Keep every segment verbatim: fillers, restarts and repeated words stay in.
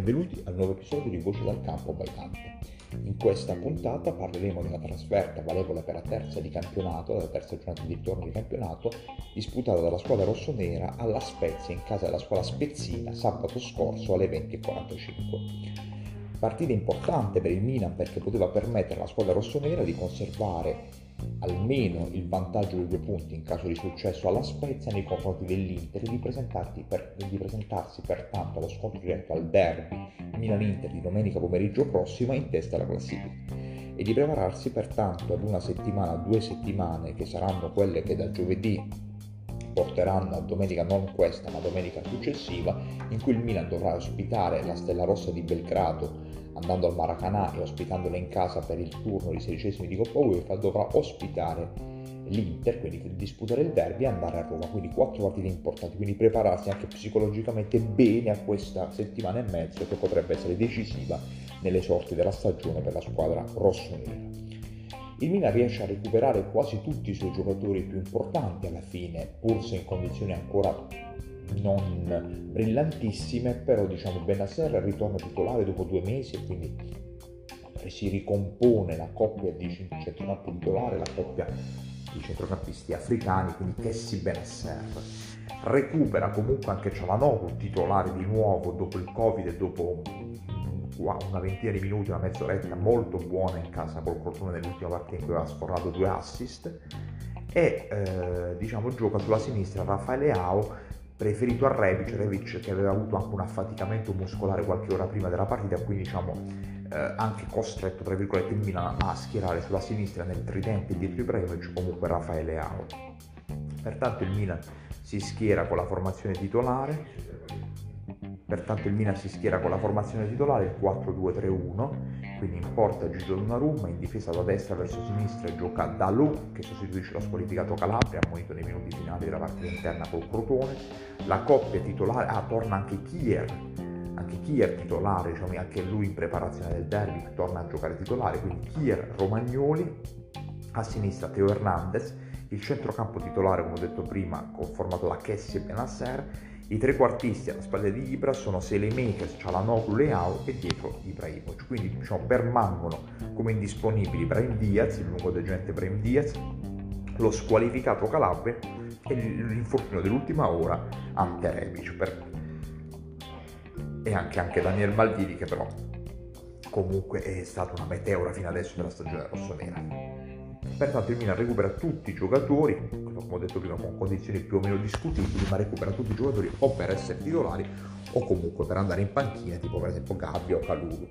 benvenuti al nuovo episodio di Voce dal Campo by Dante. In questa puntata parleremo della trasferta valevole per la terza di campionato, la terza giornata di ritorno di campionato, disputata dalla squadra rossonera alla Spezia in casa della squadra spezzina sabato scorso alle venti e quarantacinque. Partita importante per il Milan perché poteva permettere alla squadra rossonera di conservare almeno il vantaggio di due punti in caso di successo alla Spezia nei confronti dell'Inter e di, per, di presentarsi pertanto allo scontro diretto al derby Milan-Inter di domenica pomeriggio prossima in testa alla classifica e di prepararsi pertanto ad una settimana, due settimane che saranno quelle che da giovedì porteranno a domenica, non questa ma domenica successiva, in cui il Milan dovrà ospitare la Stella Rossa di Belgrado andando al Maracanã e ospitandola in casa per il turno di sedicesimi di Coppa UEFA, dovrà ospitare l'Inter, quindi disputare il derby e andare a Roma, quindi quattro partite importanti, quindi prepararsi anche psicologicamente bene a questa settimana e mezzo che potrebbe essere decisiva nelle sorti della stagione per la squadra rossonera. Il Milan riesce a recuperare quasi tutti i suoi giocatori più importanti alla fine, pur se in condizioni ancora non brillantissime, però diciamo Bennacer ritorna titolare dopo due mesi e quindi si ricompone la coppia di centrocampo titolare, la coppia di centrocampisti africani, quindi Kessi Bennacer. Recupera comunque anche Çalhanoğlu, titolare di nuovo dopo il Covid e dopo una ventina di minuti, una mezz'oretta molto buona in casa col Crotone nell'ultima partita in cui aveva sfornato due assist, e eh, diciamo gioca sulla sinistra Rafael Leao, preferito a Rebic, Rebic che aveva avuto anche un affaticamento muscolare qualche ora prima della partita, quindi diciamo eh, anche costretto tra virgolette il Milan a schierare sulla sinistra nel tridente dietro Ibrahimovic comunque Rafael Leao. Pertanto il Milan si schiera con la formazione titolare Pertanto il Milan si schiera con la formazione titolare, il quattro due tre uno, quindi in porta Gigio Donnarumma, in difesa da destra verso sinistra gioca Dalot che sostituisce lo squalificato Calabria, ammonito nei minuti finali della partita interna col Crotone. La coppia titolare, ah torna anche Kier, anche Kier titolare, diciamo anche lui in preparazione del derby, torna a giocare titolare, quindi Kier Romagnoli, a sinistra Theo Hernandez, il centrocampo titolare come ho detto prima formato da Kessi e Bennacer. I trequartisti alla spalla di Ibra sono Selemakers, Çalhanoğlu, Leao e dietro Ibrahimovic, quindi diciamo permangono come indisponibili Brahim Diaz, il lungodeggente Brahim Diaz, lo squalificato Calabria e l'infortunio dell'ultima ora Ante Rebic per... e anche, anche Daniel Maldini, che però comunque è stata una meteora fino adesso della stagione rossonera. Pertanto il Milan recupera tutti i giocatori, come ho detto prima, con condizioni più o meno discutibili, ma recupera tutti i giocatori o per essere titolari o comunque per andare in panchina, tipo per esempio Gabbia o Kalulu.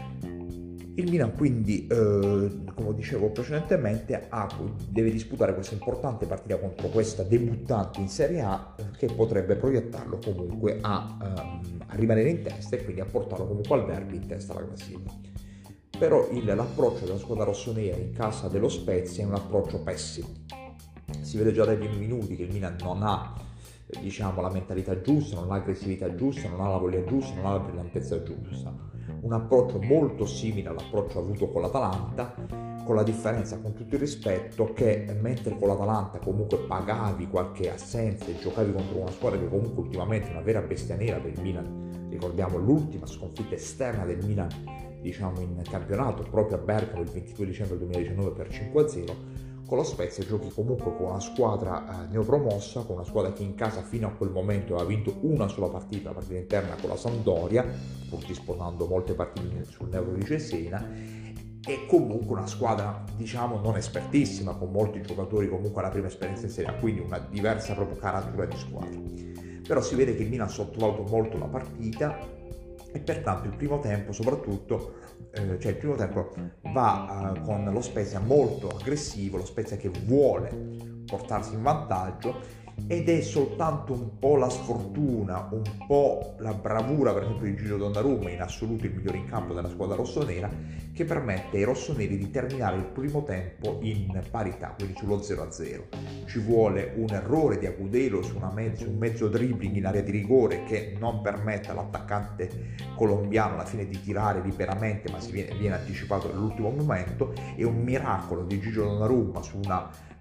Il Milan quindi, eh, come dicevo precedentemente, ha, deve disputare questa importante partita contro questa debuttante in Serie A che potrebbe proiettarlo comunque a, um, a rimanere in testa e quindi a portarlo comunque al derby in testa alla classifica. Però il, l'approccio della squadra rossonera in casa dello Spezia è un approccio pessimo. Si vede già dai primi minuti che il Milan non ha diciamo la mentalità giusta, non ha l'aggressività giusta, non ha la voglia giusta, non ha la brillantezza giusta. Un approccio molto simile all'approccio avuto con l'Atalanta, con la differenza, con tutto il rispetto, che mentre con l'Atalanta comunque pagavi qualche assenza e giocavi contro una squadra che comunque ultimamente è una vera bestia nera per il Milan, ricordiamo l'ultima sconfitta esterna del Milan diciamo in campionato proprio a Bergamo il ventidue dicembre duemiladiciannove per cinque a zero, con lo Spezia giochi comunque con una squadra eh, neopromossa, con una squadra che in casa fino a quel momento aveva vinto una sola partita, la partita interna con la Sampdoria, pur disputando molte partite sul Neuro di Cesena, e comunque una squadra diciamo non espertissima, con molti giocatori comunque alla prima esperienza in Serie A, quindi una diversa proprio caratura di squadra. Però si vede che il Milan sottovaluta molto la partita e pertanto il primo tempo soprattutto eh, cioè il primo tempo va eh, con lo Spezia molto aggressivo, lo Spezia che vuole portarsi in vantaggio, ed è soltanto un po' la sfortuna, un po' la bravura per esempio di Gigio Donnarumma, in assoluto il migliore in campo della squadra rossonera, che permette ai rossoneri di terminare il primo tempo in parità, quindi sullo zero a zero. Ci vuole un errore di Agudelo su una mezzo, un mezzo dribbling in area di rigore che non permette all'attaccante colombiano alla fine di tirare liberamente, ma si viene, viene anticipato nell'ultimo momento, e un miracolo di Gigio Donnarumma su una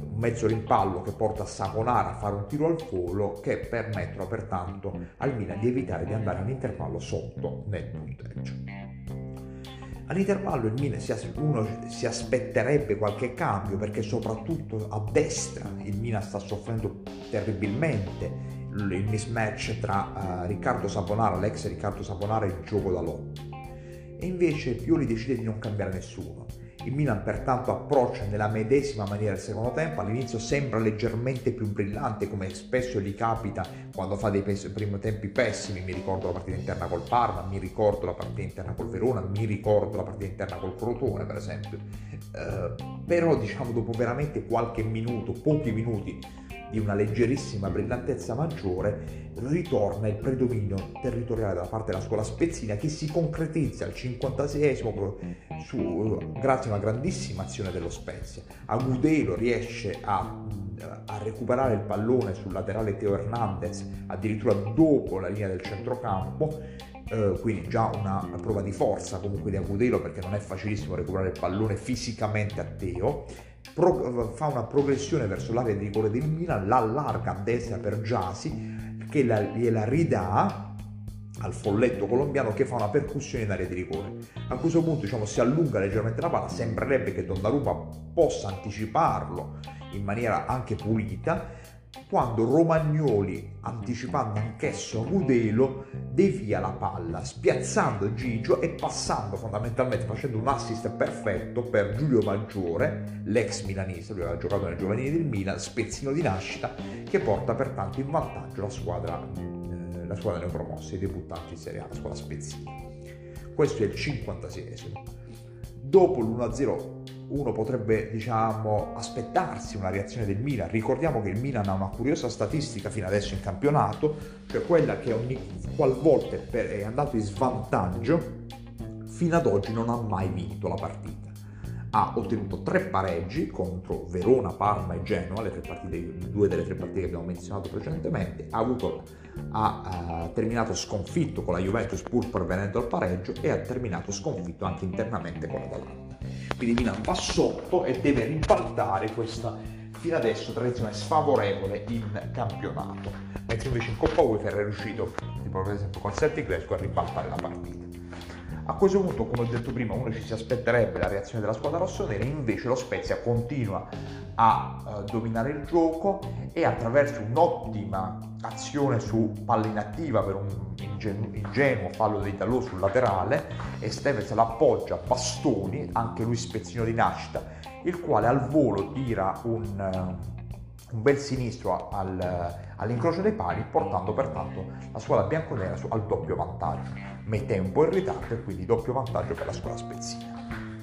un mezzo rimpallo che porta a Saponara a fare un tiro al volo, che permettono pertanto al Milan di evitare di andare all'intervallo sotto nel punteggio. All'intervallo il Milan si, uno si aspetterebbe qualche cambio, perché soprattutto a destra il Milan sta soffrendo terribilmente il mismatch tra uh, Riccardo Saponara, l'ex Riccardo Saponara e il gioco da Lotti. E invece Pioli decide di non cambiare nessuno. Il Milan pertanto approccia nella medesima maniera il secondo tempo. All'inizio sembra leggermente più brillante, come spesso gli capita quando fa dei pes- primi tempi pessimi. Mi ricordo la partita interna col Parma, mi ricordo la partita interna col Verona, mi ricordo la partita interna col Crotone, per esempio. Uh, però diciamo dopo veramente qualche minuto, pochi minuti di una leggerissima brillantezza maggiore, ritorna il predominio territoriale da parte della scuola spezzina, che si concretizza al cinquantaseiesimo su, grazie a una grandissima azione dello Spezia. Agudelo riesce a, a recuperare il pallone sul laterale Teo Hernandez addirittura dopo la linea del centrocampo, eh, quindi già una prova di forza comunque di Agudelo, perché non è facilissimo recuperare il pallone fisicamente a Teo. Pro, fa una progressione verso l'area di rigore del Milan, la allarga a destra per Gyasi, che la, gliela ridà al folletto colombiano, che fa una percussione in area di rigore. A questo punto diciamo si allunga leggermente la palla, sembrerebbe che Donnarumma possa anticiparlo in maniera anche pulita, quando Romagnoli, anticipando anch'esso Agudelo, devia la palla, spiazzando Gigio e passando fondamentalmente, facendo un assist perfetto per Giulio Maggiore, l'ex milanista. Lui aveva giocato nel giovanile del Milan, spezzino di nascita, che porta pertanto in vantaggio la squadra, eh, la squadra neopromossa, i debuttanti in Serie A, la squadra spezzina. Questo è il cinquantaseiesimo. Dopo l'uno a zero uno potrebbe, diciamo, aspettarsi una reazione del Milan. Ricordiamo che il Milan ha una curiosa statistica fino adesso in campionato, cioè quella che ogni qualvolta è andato in svantaggio, fino ad oggi non ha mai vinto la partita. Ha ottenuto tre pareggi contro Verona, Parma e Genoa, le tre partite, due delle tre partite che abbiamo menzionato precedentemente. Ha, avuto, ha uh, terminato sconfitto con la Juventus pur pervenendo al pareggio, e ha terminato sconfitto anche internamente con l'Atalanta. Quindi Milan va sotto e deve ribaltare questa fino adesso tradizione sfavorevole in campionato, mentre invece in Coppa UEFA è riuscito, tipo per esempio con Celtic Glasgow, a ribaltare la partita. A questo punto, come ho detto prima, uno ci si aspetterebbe la reazione della squadra rossonera, invece lo Spezia continua a uh, dominare il gioco, e attraverso un'ottima azione su palla inattiva per un ingenu- ingenuo fallo di Dalot sul laterale, e Stevens l'appoggia a bastoni, anche lui spezzino di nascita, il quale al volo tira un, uh, un bel sinistro al, uh, all'incrocio dei pali, portando pertanto la squadra bianconera su, al doppio vantaggio. Mette un po' in ritardo, e quindi doppio vantaggio per la squadra spezzina.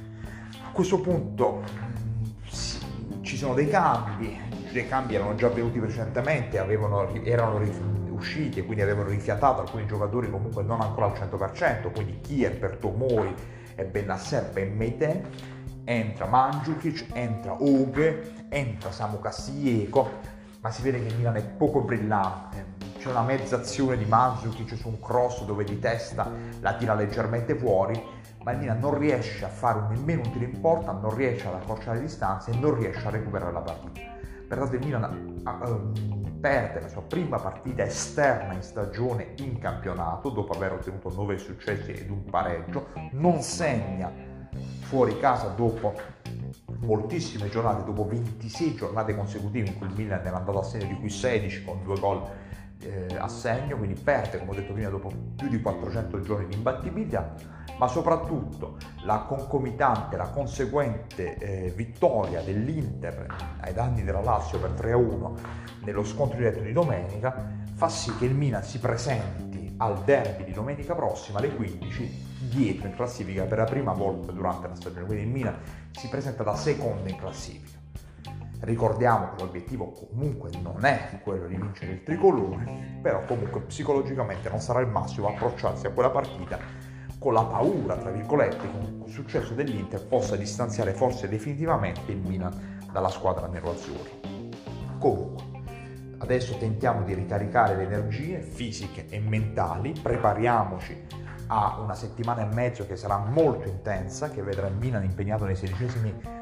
A questo punto sì, ci sono dei cambi, dei cambi erano già avvenuti precedentemente, avevano, erano usciti e quindi avevano rifiatato alcuni giocatori comunque non ancora al cento per cento, quindi Kiefer, Tomori e Bennacer, Ben Meite. Entra Mandzukic, entra Oghe, entra Samu Kassieko, ma si vede che il Milan è poco brillante. C'è una mezza azione di Mandzukic su un cross dove di testa la tira leggermente fuori, ma il Milan non riesce a fare nemmeno un tiro in porta, non riesce ad accorciare le distanze e non riesce a recuperare la partita. Pertanto il Milan uh, perde la sua prima partita esterna in stagione in campionato, dopo aver ottenuto nove successi ed un pareggio, non segna fuori casa dopo moltissime giornate, dopo ventisei giornate consecutive in cui il Milan era andato a segno, di cui sedici con due gol eh, a segno, quindi perde, come ho detto prima, dopo più di quattrocento giorni di imbattibilità, ma soprattutto la concomitante, la conseguente eh, vittoria dell'Inter ai danni della Lazio per tre a uno nello scontro diretto di domenica fa sì che il Milan si presenti al derby di domenica prossima alle quindici dietro in classifica per la prima volta durante la stagione, quindi il Milan si presenta da secondo in classifica. Ricordiamo che l'obiettivo comunque non è quello di vincere il tricolore, però comunque psicologicamente non sarà il massimo approcciarsi a quella partita con la paura, tra virgolette, che un successo dell'Inter possa distanziare forse definitivamente il Milan dalla squadra nerazzurra. Comunque, adesso tentiamo di ricaricare le energie fisiche e mentali, prepariamoci a una settimana e mezzo che sarà molto intensa, che vedrà il Milan impegnato nei sedicesimi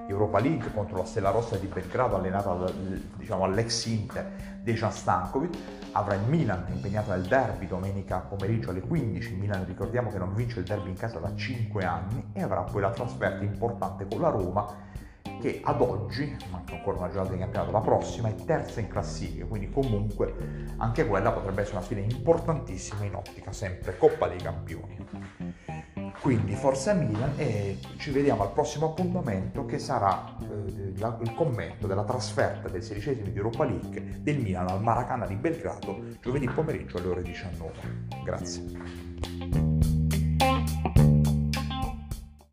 Europa League contro la Stella Rossa di Belgrado, allenata da, diciamo, all'ex Inter Dejan Stankovic. Avrà il Milan impegnato nel derby domenica pomeriggio alle quindici. Il Milan, ricordiamo che non vince il derby in casa da cinque anni, e avrà poi la trasferta importante con la Roma, che ad oggi, manca ancora una giornata di campionato, la prossima è terza in classifica, quindi comunque anche quella potrebbe essere una sfida importantissima in ottica sempre Coppa dei Campioni. Quindi forza Milan, e ci vediamo al prossimo appuntamento, che sarà eh, la, il commento della trasferta del sedicesimi di Europa League del Milan al Maracana di Belgrado giovedì pomeriggio alle ore diciannove. Grazie.